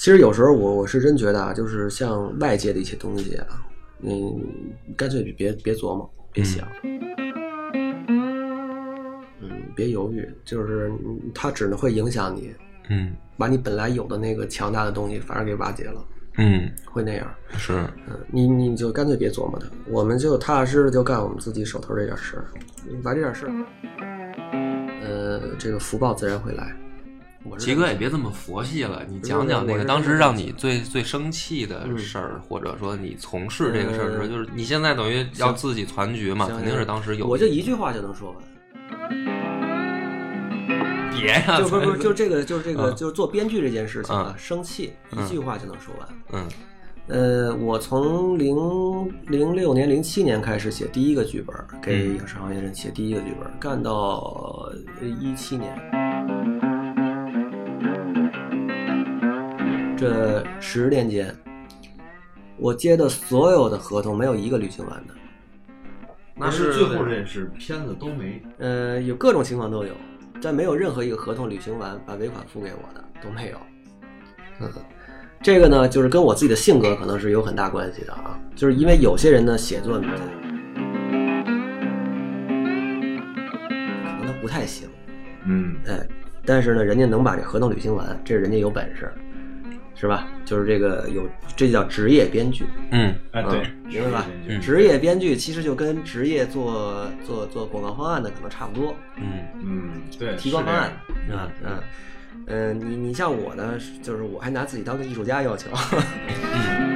其实有时候我是真觉得啊，就是像外界的一些东西啊，你干脆别琢磨，别想，别犹豫，就是它只能会影响你，把你本来有的那个强大的东西反而给瓦解了，会那样。 是， 你就干脆别琢磨它，我们就踏踏实实就干我们自己手头这点事儿，把这点事儿，这个福报自然会来。 齐哥也别这么佛系了，你讲讲那个当时让你最生气的事儿，或者说你从事这个事儿的时候，就是你现在等于要自己攒局嘛，肯定是当时有。 我就一句话就能说完。 别呀， 就不这个就是做编剧这件事情啊，生气一句话就能说完。我从06年、07年开始写第一个剧本，给影视行业人写第一个剧本，干到17年。这10年间，我接的所有的合同没有一个履行完的。 那是最后认识片子都没。 有各种情况都有，但没有任何一个合同履行完，把尾款付给我的都没有。这个呢，就是跟我自己的性格可能是有很大关系的啊。就是因为有些人呢，写作可能他不太行，但是呢，人家能把这合同履行完，这是人家有本事。是吧？就是这叫职业编剧。 对， 明白吧？职业编剧其实就跟职业做广告方案的可能差不多。 对， 提纲方案，是吧？你像我呢，就是我还拿自己当个艺术家要求。